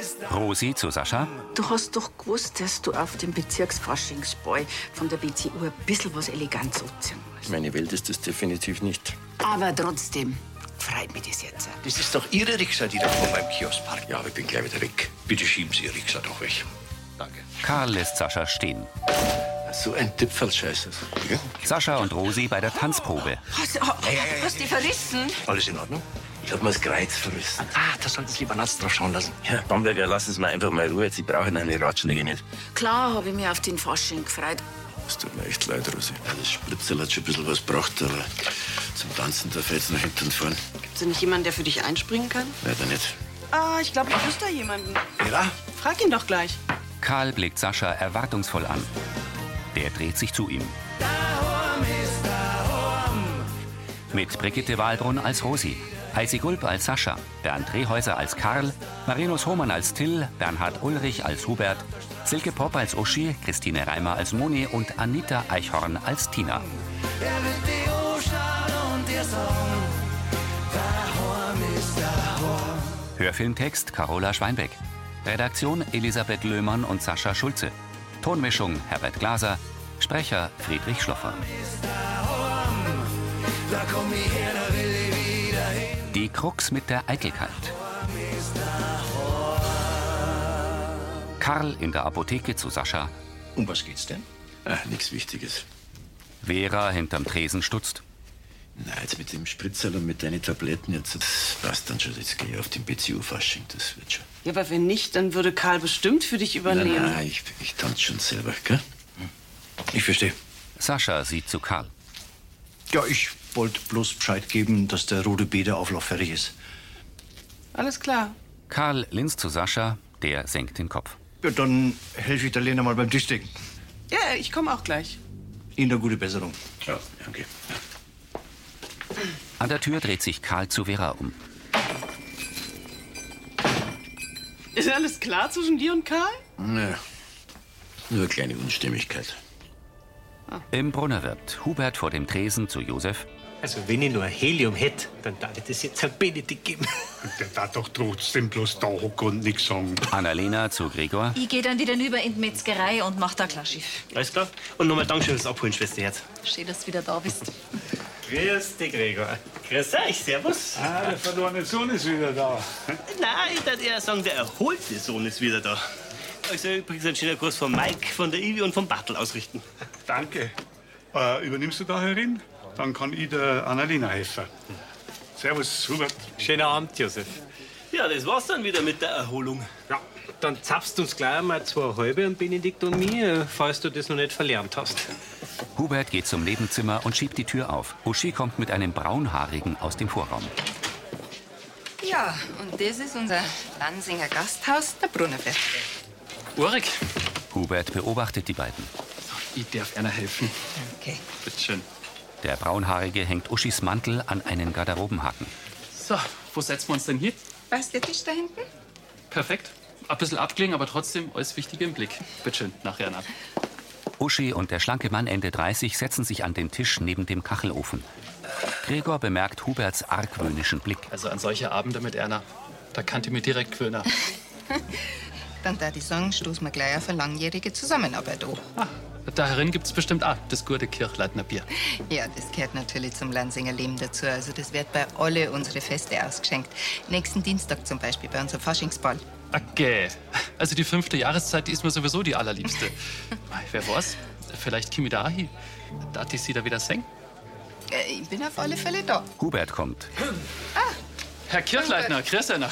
Rosi zu Sascha. Du hast doch gewusst, dass du auf dem Bezirksfaschingsball von der BCU ein bisschen was Eleganz anziehen musst. Meine Welt ist das definitiv nicht. Aber trotzdem freut mich das jetzt. Das ist doch Ihre Rikscha, die da vor meinem Kiosk parkt. Ja, aber ich bin gleich wieder weg. Bitte schieben Sie Ihre Rikscha doch weg. Danke. Karl lässt Sascha stehen. So ein Tippfeld-Scheiß. Ja? Sascha und Rosi bei der Tanzprobe. Hast du dich verrissen? Alles in Ordnung? Ich hab mir das Kreuz verrissen. Da sollten Sie lieber nachts drauf schauen lassen. Ja, Bamberger, lassen Sie mir einfach mal Ruhe. Sie brauchen eine Ratschläge nicht. Klar habe ich mich auf den Fasching gefreut. Es tut mir echt leid, Rosi. Ja, das Spritzel hat schon ein bisschen was gebracht, aber zum Tanzen darf ich jetzt nach hinten und vorn. Gibt's da nicht jemanden, der für dich einspringen kann? Leider nicht. Ah, ich glaube, ich wüsste da jemanden. Ja? Frag ihn doch gleich. Karl blickt Sascha erwartungsvoll an. Der dreht sich zu ihm. Mit Brigitte Wahlbrunn als Rosi, Heisi Gulb als Sascha, Bernd Rehäuser als Karl, Marinus Hohmann als Till, Bernhard Ulrich als Hubert, Silke Popp als Uschi, Christine Reimer als Moni und Anita Eichhorn als Tina. Hörfilmtext Carola Schweinbeck. Redaktion Elisabeth Löhmann und Sascha Schulze. Tonmischung Herbert Glaser. Sprecher Friedrich Schloffer. Die Krux mit der Eitelkeit. Karl in der Apotheke zu Sascha. Um was geht's denn? Ach, nichts Wichtiges. Vera hinterm Tresen stutzt. Na, jetzt mit dem Spritzerl und mit deinen Tabletten, jetzt das passt dann schon. Jetzt gehe ich auf den BCU-Fasching, das wird schon. Ja, aber wenn nicht, dann würde Karl bestimmt für dich übernehmen. Nein, ich tanze schon selber, gell? Ich verstehe. Sascha sieht zu Karl. Ja, ich wollte bloß Bescheid geben, dass der rote Bäderauflauf fertig ist. Alles klar. Karl linst zu Sascha, der senkt den Kopf. Ja, dann helfe ich der Lena mal beim Tischdecken. Ja, ich komme auch gleich. Ihnen eine gute Besserung. Ja, danke. Ja. An der Tür dreht sich Karl zu Vera um. Ist alles klar zwischen dir und Karl? Ja, nur eine kleine Unstimmigkeit. Im Brunnerwirt, Hubert vor dem Tresen zu Josef. Also, wenn ich nur Helium hätte, dann darf ich das jetzt an Benedikt geben. Der darf doch trotzdem bloß da hocken und nichts sagen. Annalena zu Gregor. Ich gehe dann wieder rüber in die Metzgerei und mach da klar Schiff. Alles klar? Und nochmal Dankeschön fürs Abholen, Schwesterherz. Schön, dass du wieder da bist. Grüß dich, Gregor. Grüß euch, servus. Ah, der verlorene Sohn ist wieder da. Nein, ich würde eher sagen, der erholte Sohn ist wieder da. Ich soll übrigens einen schönen Gruß von Mike, von der Ivi und vom Bartel ausrichten. Danke. Übernimmst du da herin? Dann kann ich der Annalena helfen. Servus, Hubert. Schönen Abend, Josef. Ja, das war's dann wieder mit der Erholung. Ja. Dann zapfst du uns gleich einmal 2 halbe an Benedikt und mir, falls du das noch nicht verlernt hast. Hubert geht zum Nebenzimmer und schiebt die Tür auf. Uschi kommt mit einem Braunhaarigen aus dem Vorraum. Ja, und das ist unser Lansinger Gasthaus, der Brunnerwirt. Ulrich, Hubert beobachtet die beiden. ich darf einer helfen. Okay. Bitte schön. Der Braunhaarige hängt Uschis Mantel an einen Garderobenhaken. So, wo setzen wir uns denn hier? Weißt du der Tisch da hinten? Perfekt. Ein bisschen abgelegen, aber trotzdem alles Wichtige im Blick. Bitte schön, nachher nach. Uschi und der schlanke Mann Ende 30 setzen sich an den Tisch neben dem Kachelofen. Gregor bemerkt Huberts argwöhnischen Blick. Also an solche Abende mit Erna, da kannte ich mir direkt gewöhnen. Dann da die sagen, stoßen wir gleich auf eine langjährige Zusammenarbeit an. Ah, da herin gibt's bestimmt auch das gute Kirchleitner Bier. Ja, das gehört natürlich zum Lansinger Leben dazu. Also das wird bei alle unsere Feste ausgeschenkt. Nächsten Dienstag zum Beispiel bei unserem Faschingsball. Okay. Also die 5. Jahreszeit, die ist mir sowieso die allerliebste. Wer weiß, vielleicht komme ich da hin. Da ich sie da wieder singen. Ich bin auf alle Fälle da. Hubert kommt. Herr Kirchleitner, grüß einer.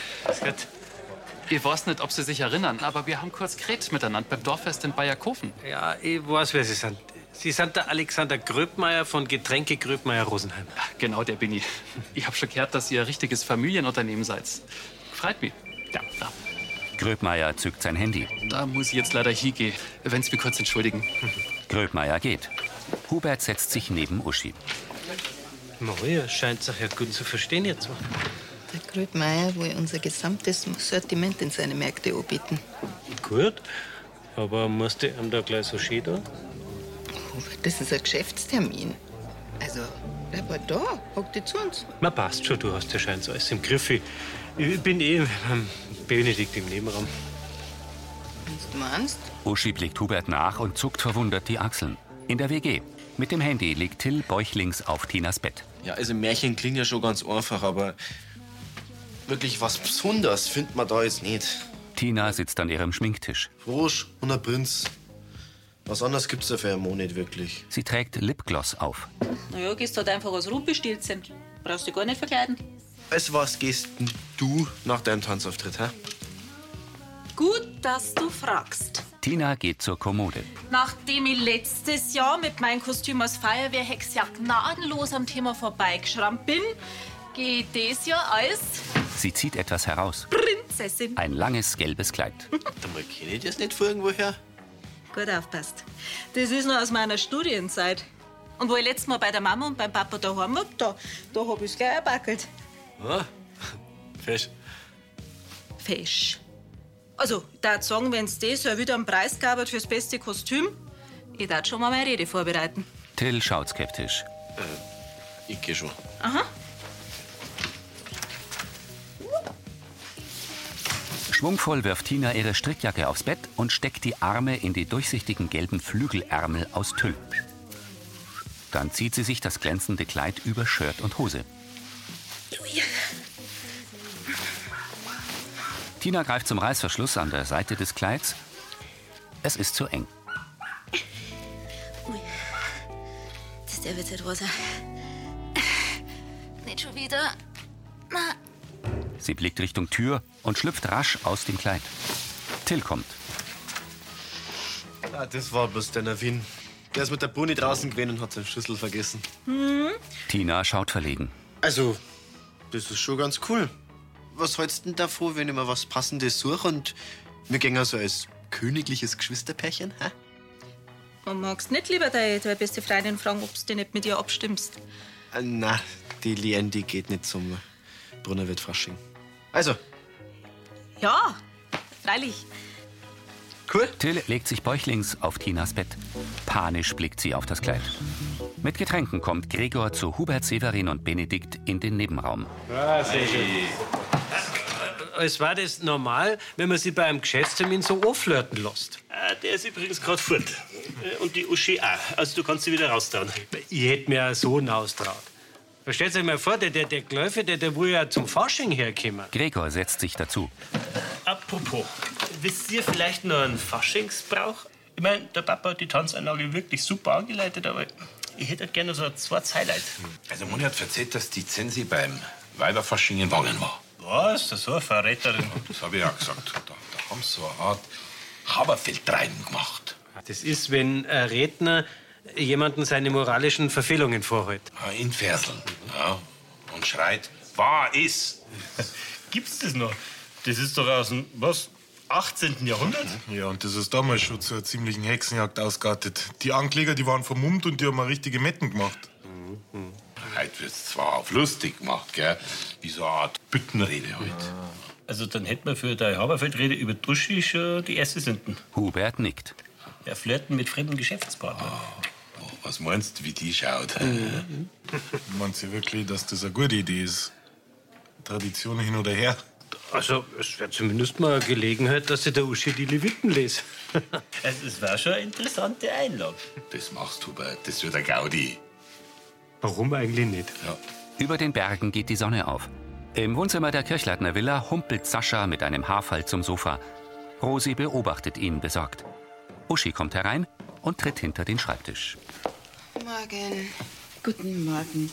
Ich weiß nicht, ob Sie sich erinnern, aber wir haben kurz geredet miteinander beim Dorffest in Bayerkofen. Ja, ich weiß, wer Sie sind. Sie sind der Alexander Gröbmeier von Getränke Gröbmeier Rosenheim. Genau, der bin ich. Ich habe schon gehört, dass ihr ein richtiges Familienunternehmen seid. Freut mich. Ja, da. Gröbmeier zückt sein Handy. Da muss ich jetzt leider hingehen, wenn Sie mich kurz entschuldigen. Gröbmeier geht. Hubert setzt sich neben Uschi. Maria scheint sich ja gut zu verstehen jetzt. Der Gröbmeier will unser gesamtes Sortiment in seine Märkte anbieten. Gut, aber musst du ihm da gleich so schön da? Das ist ein Geschäftstermin. Also, bleib mal da. Hock dich zu uns. Na, passt schon, du hast ja scheinbar alles im Griff. Ich bin beim Benedikt im Nebenraum. Du meinst? Uschi blickt Hubert nach und zuckt verwundert die Achseln. In der WG. Mit dem Handy liegt Till bäuchlings auf Tinas Bett. Ja, also Märchen klingen ja schon ganz einfach, aber wirklich was Besonderes findet man da jetzt nicht. Tina sitzt an ihrem Schminktisch. Frosch und ein Prinz. Was anderes gibt's da für einen Monat nicht wirklich. Sie trägt Lipgloss auf. Na ja, gehst halt einfach als Rumpelstilzchen. Brauchst dich gar nicht verkleiden. Als was gehst denn du nach deinem Tanzauftritt, hä? Gut, dass du fragst. Tina geht zur Kommode. Nachdem ich letztes Jahr mit meinem Kostüm als Feuerwehrhex ja gnadenlos am Thema vorbeigeschrammt bin, gehe ich dieses Jahr als Sie zieht etwas heraus. Prinzessin. Ein langes gelbes Kleid. Mal kenne ich das nicht von irgendwoher? Gut aufpasst. Das ist noch aus meiner Studienzeit. Und wo ich letztes Mal bei der Mama und beim Papa daheim war, da hab ich's gleich erbackelt. Ah, fesch. Fesch. Also, ich darf sagen, wenn's das ja wieder einen Preis gab fürs beste Kostüm, ich darf schon mal meine Rede vorbereiten. Till schaut skeptisch. Ich geh schon. Aha. Schwungvoll wirft Tina ihre Strickjacke aufs Bett und steckt die Arme in die durchsichtigen gelben Flügelärmel aus Tüll. Dann zieht sie sich das glänzende Kleid über Shirt und Hose. Tina greift zum Reißverschluss an der Seite des Kleids. Es ist zu eng. Ui. Das darf jetzt nicht wahr sein. Nicht schon wieder. Na. Sie blickt Richtung Tür und schlüpft rasch aus dem Kleid. Till kommt. Ah, das war bloß der Navin. Der ist mit der Bruni draußen gewesen und hat seinen Schlüssel vergessen. Tina schaut verlegen. Also, das ist schon ganz cool. Was hältst du denn davon, wenn ich mir was Passendes suche und wir gehen so als königliches Geschwisterpärchen, hä? Und magst nicht lieber deine beste Freundin fragen, ob du dich nicht mit ihr abstimmst? Na, die Lien, die geht nicht zum Brunnerwirt-Fasching. Also. Ja, freilich. Cool. Till legt sich bäuchlings auf Tinas Bett. Panisch blickt sie auf das Kleid. Mit Getränken kommt Gregor zu Hubert, Severin und Benedikt in den Nebenraum. Ah, sehr schön. Es war das normal, wenn man sie bei einem Geschäftstermin so anflirten lässt? Der ist übrigens gerade fort. Und die Uschi auch. Also du kannst sie wieder raustrauen. Ich hätte mir einen Sohn austraut. Stellt euch mal vor, der Gläufe, der will ja zum Fasching herkommen. Gregor setzt sich dazu. Apropos, wisst ihr vielleicht noch einen Faschingsbrauch? Ich meine, der Papa hat die Tanzanlage wirklich super angeleitet, aber ich hätte gerne so zwei Highlight. Also Moni hat erzählt, dass die Zensi beim Weiberfasching in Wangen war. Was? Das ist so eine Verräterin. Das habe ich auch gesagt. Da haben sie so eine Art Haberfeldtreiben gemacht. Das ist, wenn ein Redner jemanden seine moralischen Verfehlungen vorhält. In Verseln. Ja. Und schreit, wahr ist. Gibt's das noch? Das ist doch aus dem, was, 18. Jahrhundert? Ja, und das ist damals schon zu einer ziemlichen Hexenjagd ausgeartet. Die Ankläger, die waren vermummt und die haben mal richtige Metten gemacht. Heute wird's zwar auf lustig gemacht, gell? Wie so eine Art Büttenrede halt. Also dann hätten wir für deine Haberfeldrede über Duschi schon die erste Sünden. Hubert nickt. Ja, flirten mit fremden Geschäftspartnern. Was meinst du, wie die schaut? Meint sie wirklich, dass das eine gute Idee ist? Tradition hin oder her? Also, es wäre zumindest mal eine Gelegenheit, dass ich der Uschi die Leviten lese. Also, es war schon eine interessante Einlage. Das machst du, Hubert. Das wird der Gaudi. Warum eigentlich nicht? Ja. Über den Bergen geht die Sonne auf. Im Wohnzimmer der Kirchleitner Villa humpelt Sascha mit einem Haarfall zum Sofa. Rosi beobachtet ihn besorgt. Uschi kommt herein und tritt hinter den Schreibtisch. Morgen. Guten Morgen.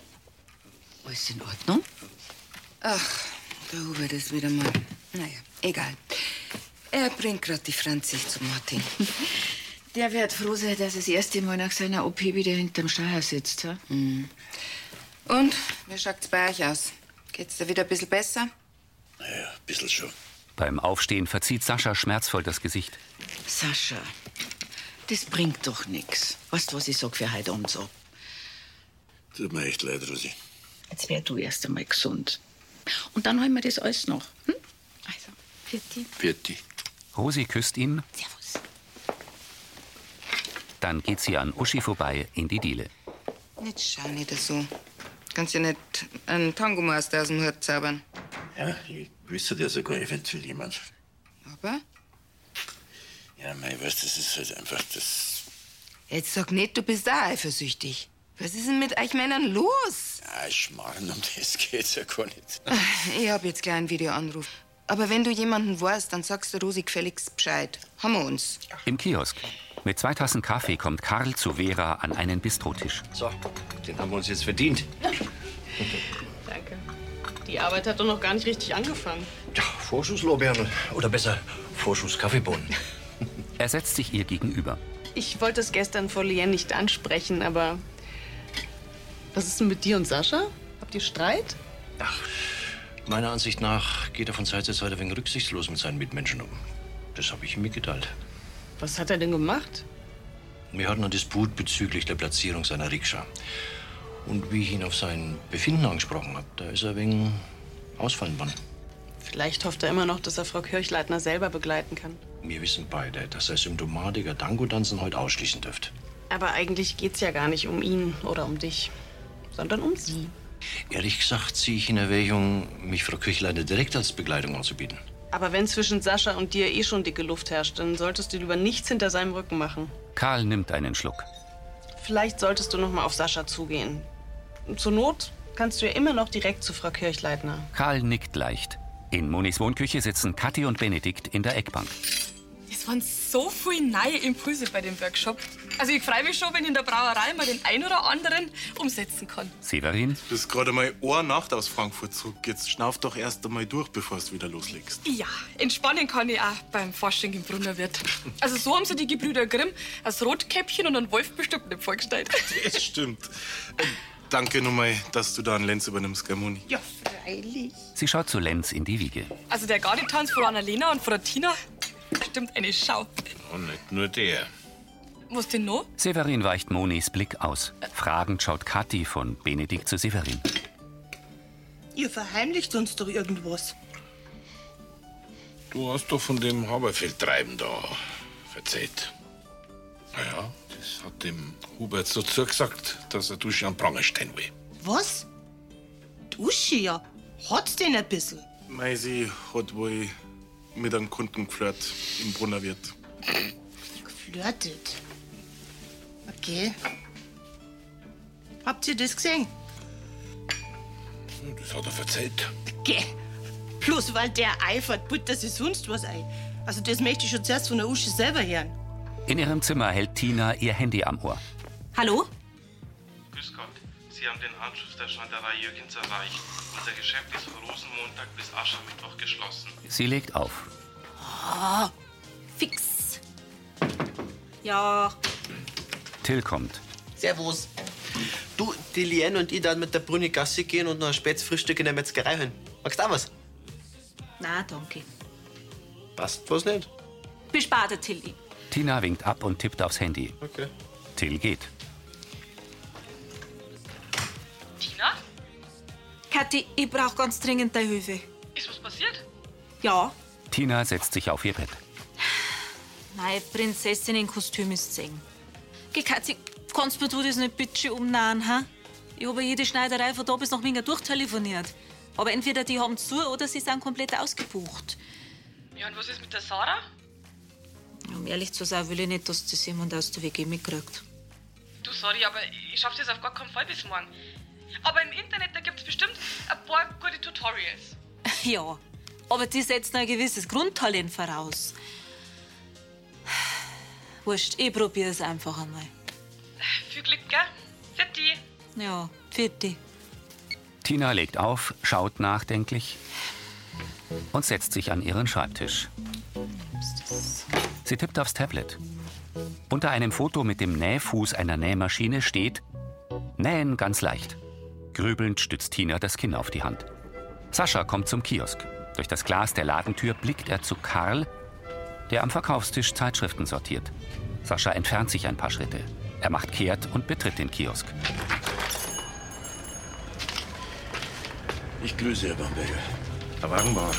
Alles in Ordnung? Ach, der Hubert ist wieder mal. Naja, egal. Er bringt gerade die Franzi zu Martin. Der wird froh sein, dass er das erste Mal nach seiner OP wieder hinterm Steuer sitzt. Ja? Mhm. Und, wie schaut's bei euch aus? Geht's dir wieder ein bisschen besser? Naja, ein bisschen schon. Beim Aufstehen verzieht Sascha schmerzvoll das Gesicht. Sascha, das bringt doch nichts. Weißt du, was ich sag für heute Abend so? Tut mir echt leid, Rosi. Jetzt wär du erst einmal gesund. Und dann holen wir das alles noch. Hm? Also, Pfiatti. Pfiatti. Rosi küsst ihn. Servus. Dann geht sie an Uschi vorbei in die Diele. Jetzt schau nicht so. Kannst ja nicht einen Tango-Master aus dem Hut zaubern. Ja, ich wüsste ja sogar eventuell jemand. Aber? Ja, mei, weißt du, das ist halt einfach das. Jetzt sag nicht, du bist auch eifersüchtig. Was ist denn mit euch Männern los? Ja, Schmarrn, um das geht's ja gar nicht. Ich hab jetzt gleich einen Videoanruf. Aber wenn du jemanden weißt, dann sagst du Rosi gefälligst Bescheid. Haben wir uns. Im Kiosk. Mit 2 Tassen Kaffee kommt Karl zu Vera an einen Bistrotisch. So, den haben wir uns jetzt verdient. Danke. Die Arbeit hat doch noch gar nicht richtig angefangen. Ja, Vorschusslorbeeren. Oder besser, Vorschusskaffeebohnen. Er setzt sich ihr gegenüber. Ich wollte es gestern vor Lien nicht ansprechen, aber... Was ist denn mit dir und Sascha? Habt ihr Streit? Meiner Ansicht nach geht er von Zeit zu Zeit ein wenig rücksichtslos mit seinen Mitmenschen um. Das habe ich ihm mitgeteilt. Was hat er denn gemacht? Wir hatten einen Disput bezüglich der Platzierung seiner Rikscha. Und wie ich ihn auf sein Befinden angesprochen habe, da ist er ein wenig ausfallen worden. Vielleicht hofft er immer noch, dass er Frau Kirchleitner selber begleiten kann. Wir wissen beide, dass er Symptomatiker Tango-Tanzen heute ausschließen dürfte. Aber eigentlich geht's ja gar nicht um ihn oder um dich, sondern um sie. Ehrlich gesagt ziehe ich in Erwägung, mich Frau Kirchleitner direkt als Begleitung anzubieten. Aber wenn zwischen Sascha und dir eh schon dicke Luft herrscht, dann solltest du lieber nichts hinter seinem Rücken machen. Karl nimmt einen Schluck. Vielleicht solltest du noch mal auf Sascha zugehen. Zur Not kannst du ja immer noch direkt zu Frau Kirchleitner. Karl nickt leicht. In Monis Wohnküche sitzen Kathi und Benedikt in der Eckbank. Es waren so viele neue Impulse bei dem Workshop. Also ich freue mich schon, wenn ich in der Brauerei mal den ein oder anderen umsetzen kann. Severin? Du bist gerade mal eine Nacht aus Frankfurt zurück. Jetzt schnauf doch erst einmal durch, bevor du wieder loslegst. Ja, entspannen kann ich auch beim Fasching im Brunnerwirt. Also so haben sie die Gebrüder Grimm als Rotkäppchen und einen Wolf bestimmt nicht vorgestellt. Das stimmt. Danke nochmal, dass du da einen Lenz übernimmst, gell, Moni? Ja, freilich. Sie schaut zu Lenz in die Wiege. Also der Gardetanz von Annalena und von der Tina, stimmt eine Schau. Und nicht nur der. Was denn noch? Severin weicht Monis Blick aus. Fragend schaut Kathi von Benedikt zu Severin. Ihr verheimlicht uns doch irgendwas. Du hast doch von dem Haberfeldtreiben da erzählt. Naja, das hat dem Hubert so zugesagt, dass er Dusche am Pranger stehen will. Was? Dusche ja. Hat's denn ein bisschen? Mei, sie hat wohl mit einem Kunden geflirt im Brunnerwirt. Geflirtet. Okay. Habt ihr das gesehen? Das hat er erzählt. Geh. Bloß weil der eifert, buttert sie sonst was ein. Also das möchte ich schon zuerst von der Uschi selber hören. In ihrem Zimmer hält Tina ihr Handy am Ohr. Hallo? Grüß Gott. Sie haben den Anschluss der Schneiderei Jürgens erreicht. Unser Geschäft ist von Rosenmontag bis Aschermittwoch geschlossen. Sie legt auf. Ah, fix. Ja. Till kommt. Servus. Du, die Lien und ich dann mit der Bruni Gassi gehen und noch ein Spätzfrühstück in der Metzgerei holen. Magst du auch was? Na, danke. Passt was nicht? Bis später, Tilly. Tina winkt ab und tippt aufs Handy. Okay. Till geht. Tina? Kathi, ich brauch ganz dringend deine Hilfe. Ist was passiert? Ja. Tina setzt sich auf ihr Bett. Meine Prinzessin in Kostüm ist sehen. Geh, Kathi, kannst mir du das nicht bitte umnahen, ha? Ich habe jede Schneiderei von da bis nach Minga durchtelefoniert. Aber entweder die haben zu oder sie sind komplett ausgebucht. Ja, und was ist mit der Sarah? Um ehrlich zu sein, will ich nicht, dass das jemand aus der WG mitkriegt. Du, sorry, aber ich schaff's jetzt auf gar keinen Fall bis morgen. Aber im Internet, da gibt's bestimmt ein paar gute Tutorials. Ja, aber die setzen ein gewisses Grundtalent voraus. Wurscht, ich probier's einfach einmal. Viel Glück, gell? Für die. Ja, für die. Tina legt auf, schaut nachdenklich und setzt sich an ihren Schreibtisch. Sie tippt aufs Tablet. Unter einem Foto mit dem Nähfuß einer Nähmaschine steht: Nähen ganz leicht. Grübelnd stützt Tina das Kinn auf die Hand. Sascha kommt zum Kiosk. Durch das Glas der Ladentür blickt er zu Karl, der am Verkaufstisch Zeitschriften sortiert. Sascha entfernt sich ein paar Schritte. Er macht kehrt und betritt den Kiosk. Ich grüße, Herr Bamberger. Herr Wagenbauer.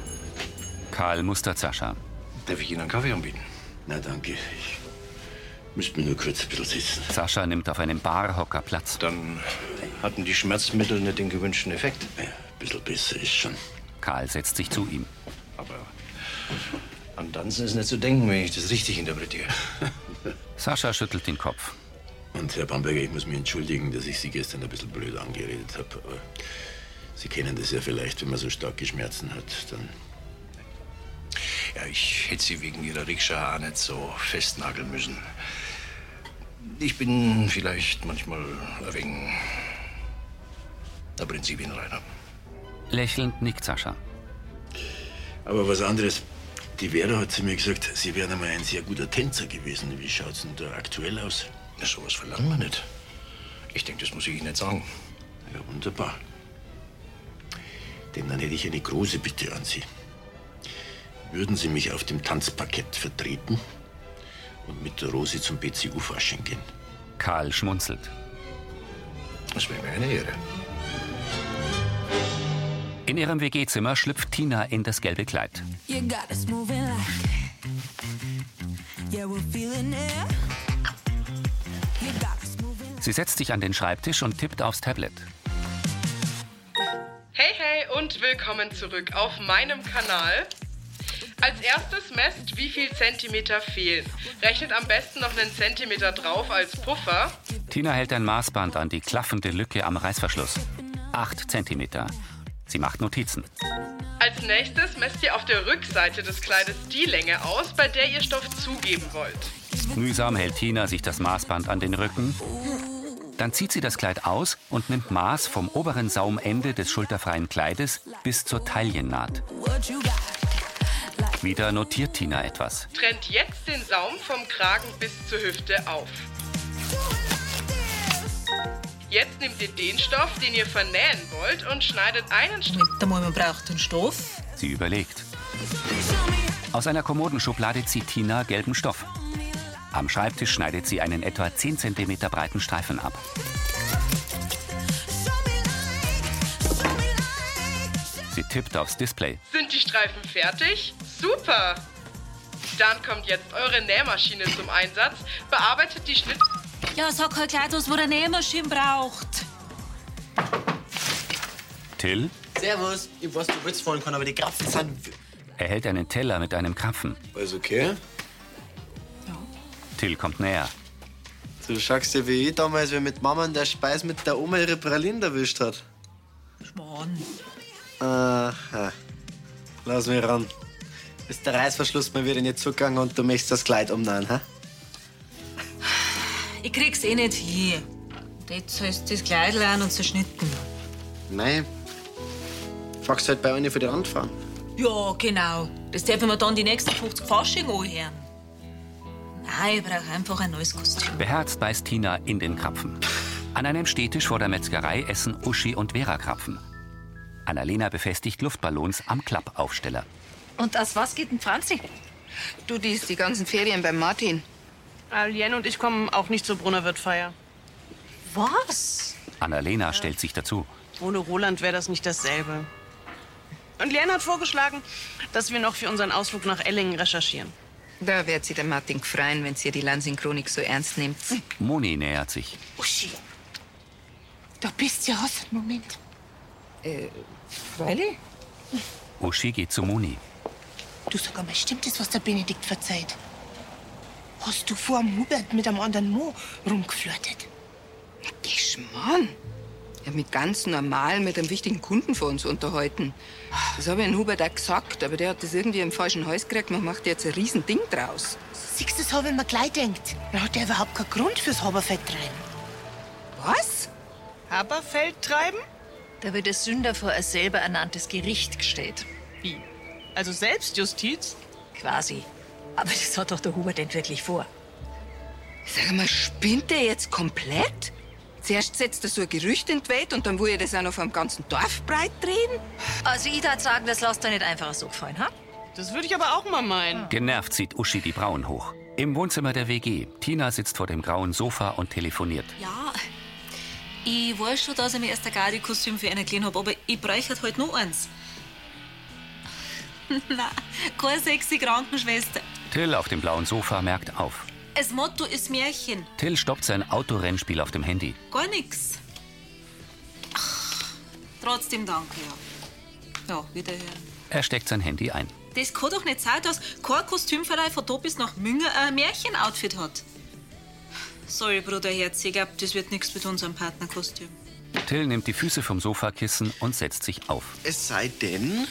Karl mustert Sascha. Darf ich Ihnen einen Kaffee anbieten? Na, danke. Müsst mir nur kurz ein bisschen sitzen. Sascha nimmt auf einem Barhocker Platz. Dann hatten die Schmerzmittel nicht den gewünschten Effekt. Ja, ein bisschen besser ist schon. Karl setzt sich zu ihm. Aber an Danzen ist nicht zu denken, wenn ich das richtig interpretiere. Sascha schüttelt den Kopf. Und Herr Bamberger, ich muss mich entschuldigen, dass ich Sie gestern ein bisschen blöd angeredet habe. Aber Sie kennen das ja vielleicht, wenn man so starke Schmerzen hat, dann... Ja, ich hätte Sie wegen Ihrer Rikscha auch nicht so festnageln müssen. Ich bin vielleicht manchmal ein wenig ein Prinzipienreiter. Lächelnd nickt Sascha. Aber was anderes. Die Vera hat zu mir gesagt, Sie wären einmal ein sehr guter Tänzer gewesen. Wie schaut's denn da aktuell aus? Ja, sowas verlangen wir nicht. Ich denke, das muss ich Ihnen nicht sagen. Ja, wunderbar. Denn dann hätte ich eine große Bitte an Sie. Würden Sie mich auf dem Tanzparkett vertreten und mit der Rosi zum BCU-Fasching gehen? Karl schmunzelt. Das wäre mir eine Ehre. In ihrem WG-Zimmer schlüpft Tina in das gelbe Kleid. Sie setzt sich an den Schreibtisch und tippt aufs Tablet. Hey, hey und willkommen zurück auf meinem Kanal. Als erstes messt, wie viel Zentimeter fehlen. Rechnet am besten noch einen Zentimeter drauf als Puffer. Tina hält ein Maßband an die klaffende Lücke am Reißverschluss. 8 Zentimeter. Sie macht Notizen. Als nächstes messt ihr auf der Rückseite des Kleides die Länge aus, bei der ihr Stoff zugeben wollt. Mühsam hält Tina sich das Maßband an den Rücken. Dann zieht sie das Kleid aus und nimmt Maß vom oberen Saumende des schulterfreien Kleides bis zur Taillennaht. Wieder notiert Tina etwas. Trennt jetzt den Saum vom Kragen bis zur Hüfte auf. Jetzt nehmt ihr den Stoff, den ihr vernähen wollt, und schneidet einen Strich. Man braucht den Stoff. Sie überlegt. Aus einer Kommodenschublade zieht Tina gelben Stoff. Am Schreibtisch schneidet sie einen etwa 10 cm breiten Streifen ab. Sie tippt aufs Display. Sind die Streifen fertig? Super! Dann kommt jetzt eure Nähmaschine zum Einsatz. Bearbeitet die Schnitt... Ja, sag halt gleich, was wo der Nähmaschine braucht. Till? Servus. Ich weiß, du willst vorhin kommen, aber die Krapfen sind... Er hält einen Teller mit einem Krapfen. Alles okay? Till kommt näher. Du schaust ja wie ich damals, wenn mit Mama in der Speis mit der Oma ihre Pralinen erwischt hat. Schmarrn. Aha. Lass mich ran. Ist der Reißverschluss mal wieder nicht zugegangen und du möchtest das Kleid umnähen, hä? Ich krieg's eh nicht hin. Und jetzt hast du das Kleid an und zerschnitten. Nein. Fragst halt bei einer für die Randfrauen. Ja, genau. Das darf ich mir dann die nächsten 50 Fasching anhören. Nein, ich brauche einfach ein neues Kostüm. Beherzt beißt Tina in den Krapfen. An einem Stehtisch vor der Metzgerei essen Uschi und Vera Krapfen. Annalena befestigt Luftballons am Klappaufsteller. Und aus was geht denn Franzi? Du, die ist die ganzen Ferien beim Martin. Lien und ich kommen auch nicht zur Brunnerwirtfeier. Was? Annalena stellt sich dazu. Ohne Roland wäre das nicht dasselbe. Und Lien hat vorgeschlagen, dass wir noch für unseren Ausflug nach Ellingen recherchieren. Da wird sich der Martin freuen, wenn ihr die Lansing-Chronik so ernst nehmt. Moni nähert sich. Uschi, da bist du ja, hast einen Moment. Freilich? Uschi geht zu Moni. Du, sag einmal, stimmt das, was der Benedikt verzeiht? Hast du vor dem Hubert mit einem anderen Mo rumgeflirtet? Geschmarrn. Ich hab mich ganz normal mit einem wichtigen Kunden von uns unterhalten. Das habe ich dem Hubert auch gesagt, aber der hat das irgendwie im falschen Hals gekriegt. Man macht jetzt ein Riesending draus. Siehst du, das habe ich mir gleich gedacht. Dann hat der überhaupt keinen Grund fürs Haberfeldtreiben. Was? Haberfeldtreiben? Da wird der Sünder vor ein selber ernanntes Gericht gestellt. Wie? Also Selbstjustiz? Quasi. Aber das hat doch der Hubert nicht wirklich vor. Sag mal, spinnt der jetzt komplett? Zuerst setzt er so ein Gerücht in die Welt und dann will er das auch noch vom ganzen Dorf breit drehen? Also ich würde sagen, das lasst euch nicht einfach so gefallen, ha? Das würde ich aber auch mal meinen. Genervt zieht Uschi die Brauen hoch. Im Wohnzimmer der WG. Tina sitzt vor dem grauen Sofa und telefoniert. Ja, ich weiß schon, dass ich mir erst ein Gardi-Kostüm für einen Kleinen habe, aber ich bräuchte halt noch eins. Nein, keine sexy Krankenschwester. Till auf dem blauen Sofa merkt auf. Das Motto ist Märchen. Till stoppt sein Autorennspiel auf dem Handy. Gar nix. Ach, trotzdem danke, ja. Ja, wiederhören. Er steckt sein Handy ein. Das kann doch nicht sein, dass kein Kostümverleih von da bis nach Müngen ein Märchenoutfit hat. Sorry, Bruderherz, ich glaub, das wird nichts mit unserem Partnerkostüm. Till nimmt die Füße vom Sofakissen und setzt sich auf. Es sei denn,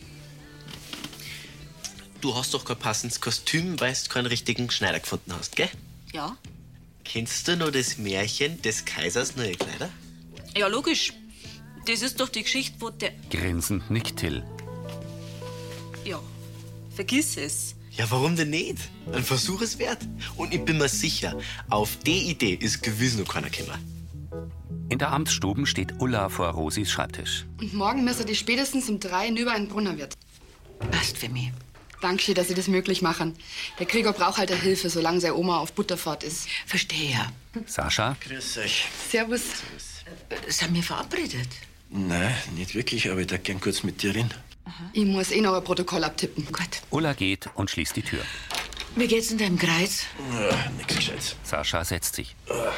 du hast doch kein passendes Kostüm, weil du keinen richtigen Schneider gefunden hast, gell? Ja. Kennst du noch das Märchen des Kaisers neue Kleider? Ja, logisch. Das ist doch die Geschichte, wo der... Grinsend nickt Till. Ja, vergiss es. Ja, warum denn nicht? Ein Versuch ist wert. Und ich bin mir sicher, auf die Idee ist gewiss noch keiner gekommen. In der Amtsstube steht Ulla vor Rosis Schreibtisch. Und morgen müssen die spätestens um 3 über einen Brunnerwirt. Passt für mich. Dankeschön, dass Sie das möglich machen. Der Gregor braucht halt eine Hilfe, solange seine Oma auf Butterfahrt ist. Verstehe ja. Sascha? Grüß euch. Servus. Sind wir verabredet? Nein, nicht wirklich, aber ich darf gern kurz mit dir reden. Ich muss noch ein Protokoll abtippen. Gut. Ulla geht und schließt die Tür. Wie geht's in deinem Kreis? Ja, nix Gescheites. Sascha setzt sich.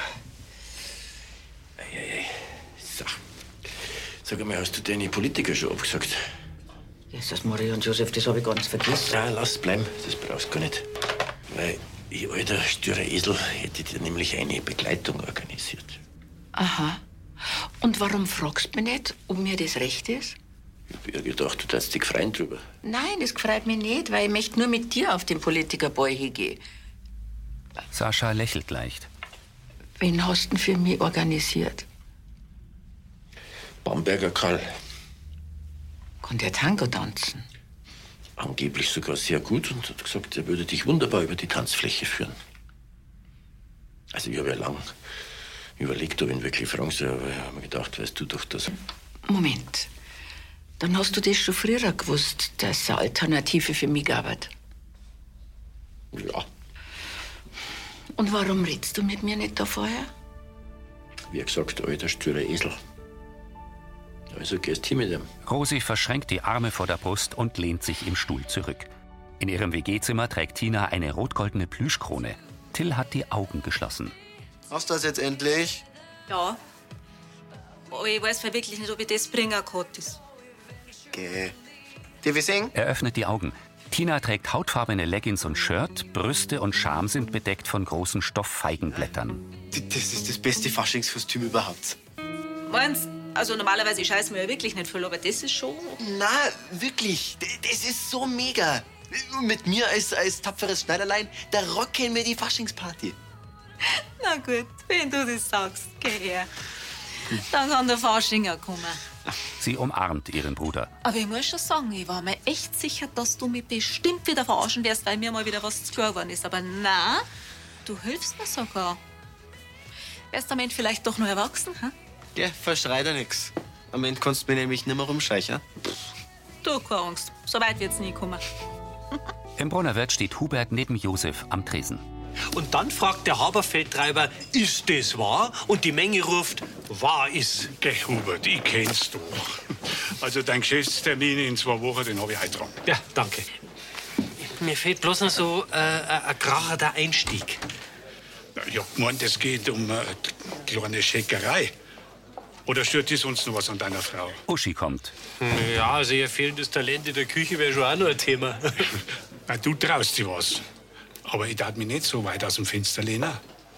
So. Sag einmal, hast du deine Politiker schon abgesagt? Jesus, Maria und Josef, das habe ich ganz vergessen. Nein, lass bleiben, das brauchst du gar nicht. Weil ich, alter Stürer Esel, hätte dir nämlich eine Begleitung organisiert. Aha. Und warum fragst du mich nicht, ob mir das recht ist? Ich hab ja gedacht, du darfst dich freuen drüber. Nein, das gefreut mich nicht, weil ich möchte nur mit dir auf den Politikerball hingehen. Sascha lächelt leicht. Wen hast du denn für mich organisiert? Bamberger Karl. Kann der Tango tanzen? Angeblich sogar sehr gut und hat gesagt, er würde dich wunderbar über die Tanzfläche führen. Also ich habe ja lang überlegt, ob ich ihn wirklich fragen soll, aber ich habe mir gedacht, weißt du doch das. Moment. Dann hast du das schon früher gewusst, dass es eine Alternative für mich gab. Ja. Und warum redst du mit mir nicht da vorher? Wie gesagt, alter Stürer Esel. Also gehst hin mit ihm. Rosi verschränkt die Arme vor der Brust und lehnt sich im Stuhl zurück. In ihrem WG-Zimmer trägt Tina eine rot-goldene Plüschkrone. Till hat die Augen geschlossen. Hast du das jetzt endlich? Ja. Aber ich weiß wirklich nicht, ob ich das bringen kann. Geh. Dir wir sehen? Er öffnet die Augen. Tina trägt hautfarbene Leggings und Shirt. Brüste und Scham sind bedeckt von großen Stofffeigenblättern. Das ist das beste Faschingskostüm überhaupt. Meinst also normalerweise scheiß mir ja wirklich nicht viel, aber das ist schon... Na, wirklich. Das ist so mega. Mit mir als tapferes Schneiderlein, da rocken wir die Faschingsparty. Na gut, wenn du das sagst, geh her. Dann kann der Faschinger kommen. Sie umarmt ihren Bruder. Aber ich muss schon sagen, ich war mir echt sicher, dass du mich bestimmt wieder verarschen wirst, weil mir mal wieder was zu klar geworden ist. Aber na, du hilfst mir sogar. Wärst am Ende vielleicht doch noch erwachsen, hm? Ja, verschrei dir nix. Am Ende kannst du mir nämlich nicht mehr rumscheichern. Du, keine Angst. So weit wird's nie kommen. Im Brunnerwirt steht Hubert neben Josef am Tresen. Und dann fragt der Haberfeldtreiber, ist das wahr? Und die Menge ruft, wahr ist. Geh, Hubert, ich kenn's doch. Also dein Geschäftstermin in 2 Wochen, den habe ich heute dran. Ja, danke. Mir fehlt bloß noch so ein gerauchter Einstieg. Ja, ich meine, das geht um eine kleine Schäckerei. Oder stört dich sonst noch was an deiner Frau? Uschi kommt. Ja, also ihr fehlendes Talent in der Küche wäre schon auch noch ein Thema. Na, du traust dir was. Aber ich darf mich nicht so weit aus dem Fenster lehnen.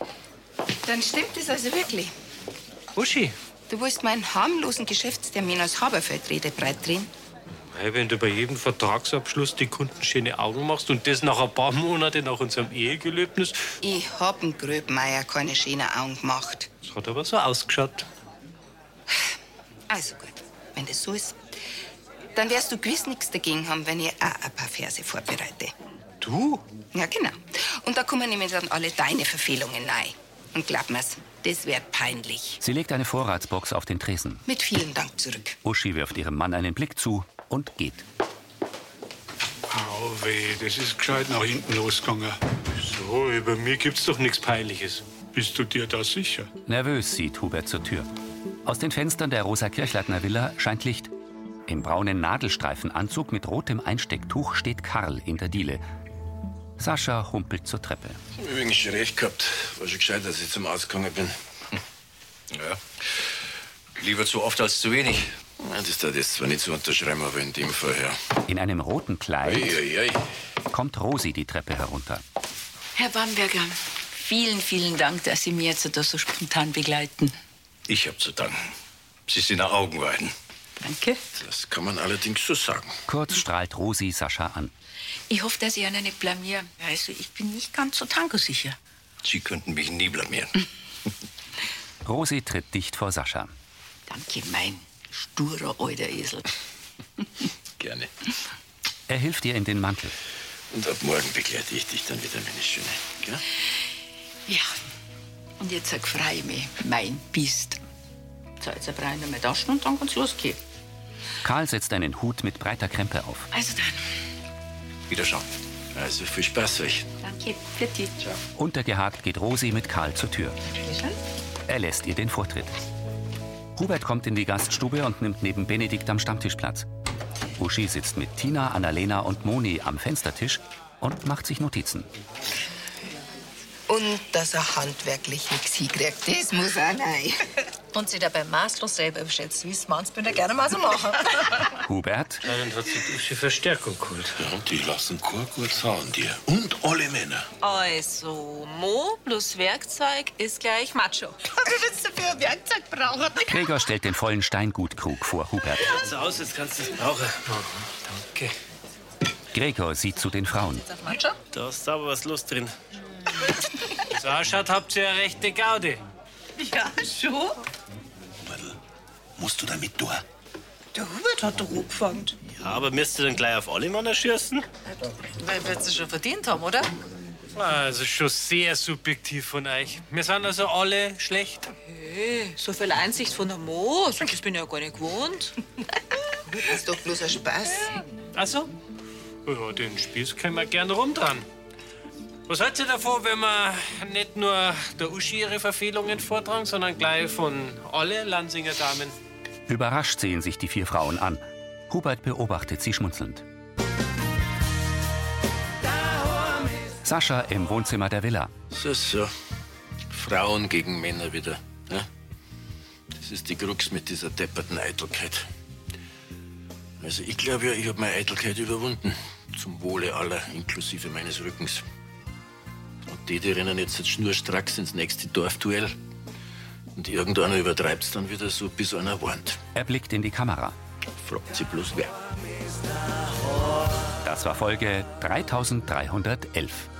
Dann stimmt es also wirklich. Uschi. Du willst meinen harmlosen Geschäftstermin als Haberfeldrede breitdrehen? Hey, wenn du bei jedem Vertragsabschluss die Kunden schöne Augen machst und das nach ein paar Monaten nach unserem Ehegelöbnis. Ich hab dem Gröbmeier keine schönen Augen gemacht. Das hat aber so ausgeschaut. Also gut, wenn das so ist, dann wirst du gewiss nichts dagegen haben, wenn ich auch ein paar Verse vorbereite. Du? Ja, genau. Und da kommen nämlich dann alle deine Verfehlungen rein. Und glaub mir's, das wird peinlich. Sie legt eine Vorratsbox auf den Tresen. Mit vielen Dank zurück. Uschi wirft ihrem Mann einen Blick zu und geht. Au weh, das ist gescheit nach hinten losgegangen. So, über mir gibt's doch nichts Peinliches. Bist du dir da sicher? Nervös sieht Hubert zur Tür. Aus den Fenstern der Rosa-Kirchleitner Villa scheint Licht. Im braunen Nadelstreifenanzug mit rotem Einstecktuch steht Karl in der Diele. Sascha humpelt zur Treppe. Ich hab übrigens schon recht gehabt. War schon gescheit, dass ich zum Ausgegangen bin. Ja. Lieber zu oft als zu wenig. Das ist das zwar nicht zu unterschreiben, aber in dem Fall, ja. In einem roten Kleid Ei. kommt Rosi die Treppe herunter. Herr Bamberger, vielen, vielen Dank, dass Sie mich jetzt da so spontan begleiten. Ich hab zu danken. Sie sind nach Augenweiden. Danke. Das kann man allerdings so sagen. Kurz strahlt Rosi Sascha an. Ich hoffe, dass ich einen nicht blamiere. Also, ich bin nicht ganz so tankosicher. Sie könnten mich nie blamieren. Rosi tritt dicht vor Sascha. Danke, mein sturer alter Esel. Gerne. Er hilft ihr in den Mantel. Und ab morgen begleite ich dich dann wieder, meine Schöne. Gell? Ja. Und jetzt freue ich mich, mein Biest. So, jetzt brauche ich noch mal Taschen und dann kann's losgehen. Karl setzt einen Hut mit breiter Krempe auf. Also dann. Wiederschauen. Also viel Spaß euch. Danke. Bitte. Ciao. Untergehakt geht Rosi mit Karl zur Tür. Er lässt ihr den Vortritt. Hubert kommt in die Gaststube und nimmt neben Benedikt am Stammtisch Platz. Uschi sitzt mit Tina, Annalena und Moni am Fenstertisch und macht sich Notizen. Und dass er handwerklich nichts hinkriegt, das muss er rein. Und sich dabei maßlos selber überschätzt, wie es manchmal gerne mal so machen. Hubert? Dann hat sie Uschi Verstärkung geholt. Ja, und die lassen kein gutes Hauen dir. Und alle Männer. Also, Mo plus Werkzeug ist gleich Macho. Wie willst du für ein Werkzeug brauchen? Gregor stellt den vollen Steingutkrug vor Hubert. So aus, jetzt kannst du es brauchen. Danke. Gregor sieht zu den Frauen. Da ist aber was los drin. So ausschaut, habt ihr ja rechte Gaude. Ja, schon. Musst du damit durch? Der Hubert hat doch angefangen. Ja, aber müsst ihr dann gleich auf alle Männer schießen? Weil wir es schon verdient haben, oder? Also schon sehr subjektiv von euch. Wir sind also alle schlecht. Hey, so viel Einsicht von der Mo, das bin ich ja gar nicht gewohnt. Das ist doch bloß ein Spaß. Ach so? Ja, den Spieß können wir gern rumdran. Was haltet ihr davon, wenn wir nicht nur der Uschi ihre Verfehlungen vortragen, sondern gleich von alle Lansinger Damen? Überrascht sehen sich die 4 Frauen an. Hubert beobachtet sie schmunzelnd. Sascha im Wohnzimmer der Villa. So. Frauen gegen Männer wieder. Ja? Das ist die Krux mit dieser depperten Eitelkeit. Also ich glaube ja, ich habe meine Eitelkeit überwunden. Zum Wohle aller, inklusive meines Rückens. Und die rennen jetzt schnurstracks ins nächste Dorfduell. Und irgendeiner übertreibt's dann wieder so, bis einer warnt. Er blickt in die Kamera. Fragt sie bloß wer. Das war Folge 3311.